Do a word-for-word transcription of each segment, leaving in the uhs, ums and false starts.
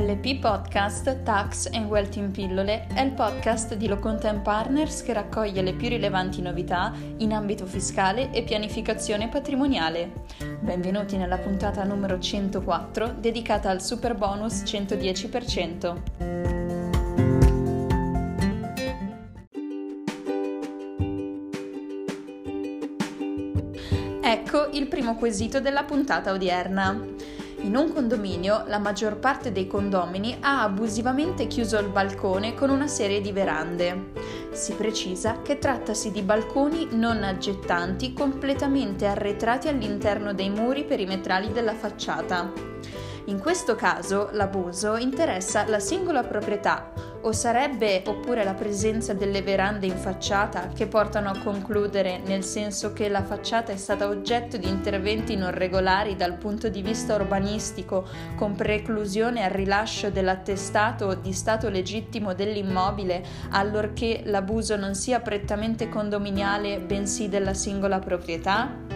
L P Podcast Tax and Wealth in pillole è il podcast di Loconte and Partners che raccoglie le più rilevanti novità in ambito fiscale e pianificazione patrimoniale. Benvenuti nella puntata numero centoquattro dedicata al super bonus centodieci per cento. Ecco il primo quesito della puntata odierna. In un condominio, la maggior parte dei condomini ha abusivamente chiuso il balcone con una serie di verande. Si precisa che trattasi di balconi non aggettanti completamente arretrati all'interno dei muri perimetrali della facciata. In questo caso l'abuso interessa la singola proprietà, o sarebbe oppure la presenza delle verande in facciata che portano a concludere nel senso che la facciata è stata oggetto di interventi non regolari dal punto di vista urbanistico con preclusione al rilascio dell'attestato di stato legittimo dell'immobile allorché l'abuso non sia prettamente condominiale bensì della singola proprietà?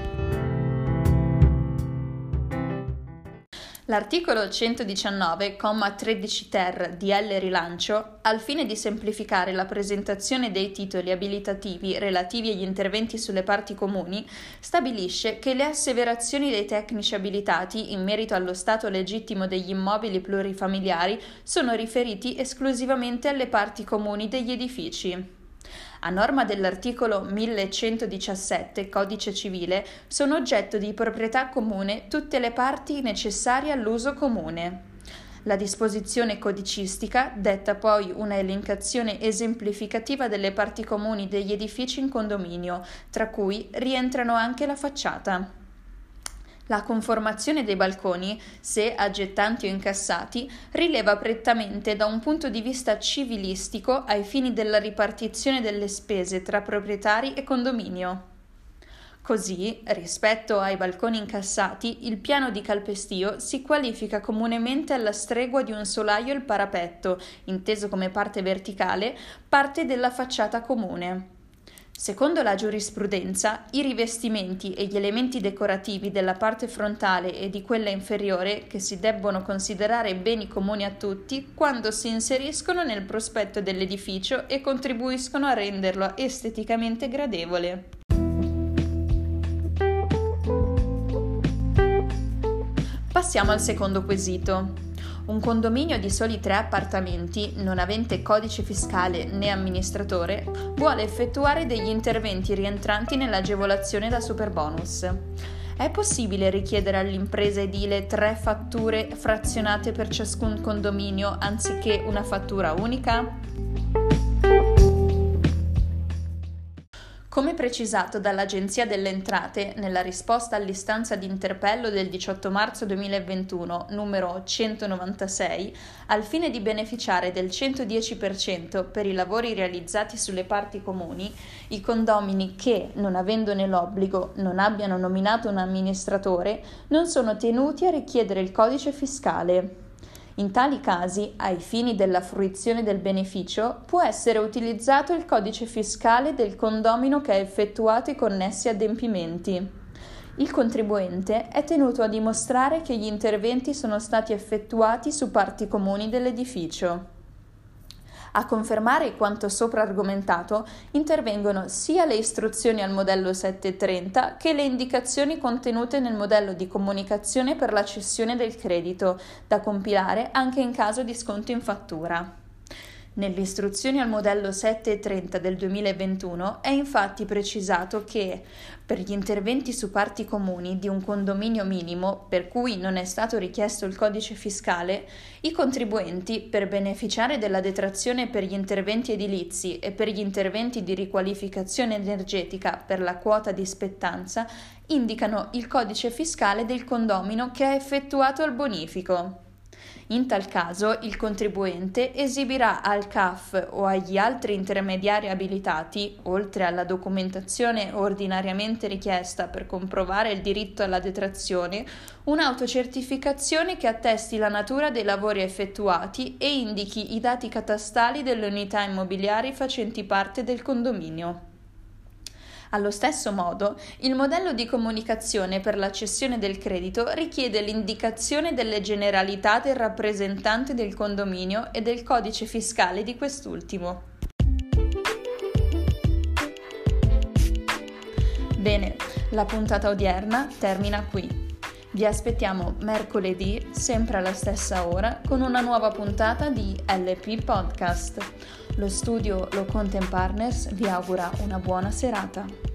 L'articolo centodiciannove, comma tredici ter di L Rilancio, al fine di semplificare la presentazione dei titoli abilitativi relativi agli interventi sulle parti comuni, stabilisce che le asseverazioni dei tecnici abilitati in merito allo stato legittimo degli immobili plurifamiliari sono riferiti esclusivamente alle parti comuni degli edifici. A norma dell'articolo millecentodiciassette Codice Civile, sono oggetto di proprietà comune tutte le parti necessarie all'uso comune. La disposizione codicistica detta poi una elencazione esemplificativa delle parti comuni degli edifici in condominio, tra cui rientrano anche la facciata. La conformazione dei balconi, se aggettanti o incassati, rileva prettamente da un punto di vista civilistico ai fini della ripartizione delle spese tra proprietari e condominio. Così, rispetto ai balconi incassati, il piano di calpestio si qualifica comunemente alla stregua di un solaio il parapetto, inteso come parte verticale, parte della facciata comune. Secondo la giurisprudenza, i rivestimenti e gli elementi decorativi della parte frontale e di quella inferiore che si debbono considerare beni comuni a tutti quando si inseriscono nel prospetto dell'edificio e contribuiscono a renderlo esteticamente gradevole. Passiamo al secondo quesito. Un condominio di soli tre appartamenti, non avente codice fiscale né amministratore, vuole effettuare degli interventi rientranti nell'agevolazione da superbonus. È possibile richiedere all'impresa edile tre fatture frazionate per ciascun condominio anziché una fattura unica? Come precisato dall'Agenzia delle Entrate nella risposta all'istanza di interpello del diciotto marzo duemilaventuno numero centonovantasei, al fine di beneficiare del centodieci per cento per i lavori realizzati sulle parti comuni, i condomini che, non avendone l'obbligo, non abbiano nominato un amministratore, non sono tenuti a richiedere il codice fiscale. In tali casi, ai fini della fruizione del beneficio, può essere utilizzato il codice fiscale del condomino che ha effettuato i connessi adempimenti. Il contribuente è tenuto a dimostrare che gli interventi sono stati effettuati su parti comuni dell'edificio. A confermare quanto sopra argomentato intervengono sia le istruzioni al modello settecentotrenta che le indicazioni contenute nel modello di comunicazione per la cessione del credito, da compilare anche in caso di sconto in fattura. Nelle istruzioni al modello settecentotrenta del duemilaventuno è infatti precisato che, per gli interventi su parti comuni di un condominio minimo per cui non è stato richiesto il codice fiscale, i contribuenti, per beneficiare della detrazione per gli interventi edilizi e per gli interventi di riqualificazione energetica per la quota di spettanza, indicano il codice fiscale del condomino che ha effettuato il bonifico. In tal caso, il contribuente esibirà al C A F o agli altri intermediari abilitati, oltre alla documentazione ordinariamente richiesta per comprovare il diritto alla detrazione, un'autocertificazione che attesti la natura dei lavori effettuati e indichi i dati catastali delle unità immobiliari facenti parte del condominio. Allo stesso modo, il modello di comunicazione per la cessione del credito richiede l'indicazione delle generalità del rappresentante del condominio e del codice fiscale di quest'ultimo. Bene, la puntata odierna termina qui. Vi aspettiamo mercoledì, sempre alla stessa ora, con una nuova puntata di L P Podcast. Lo studio Lo Content Partners vi augura una buona serata.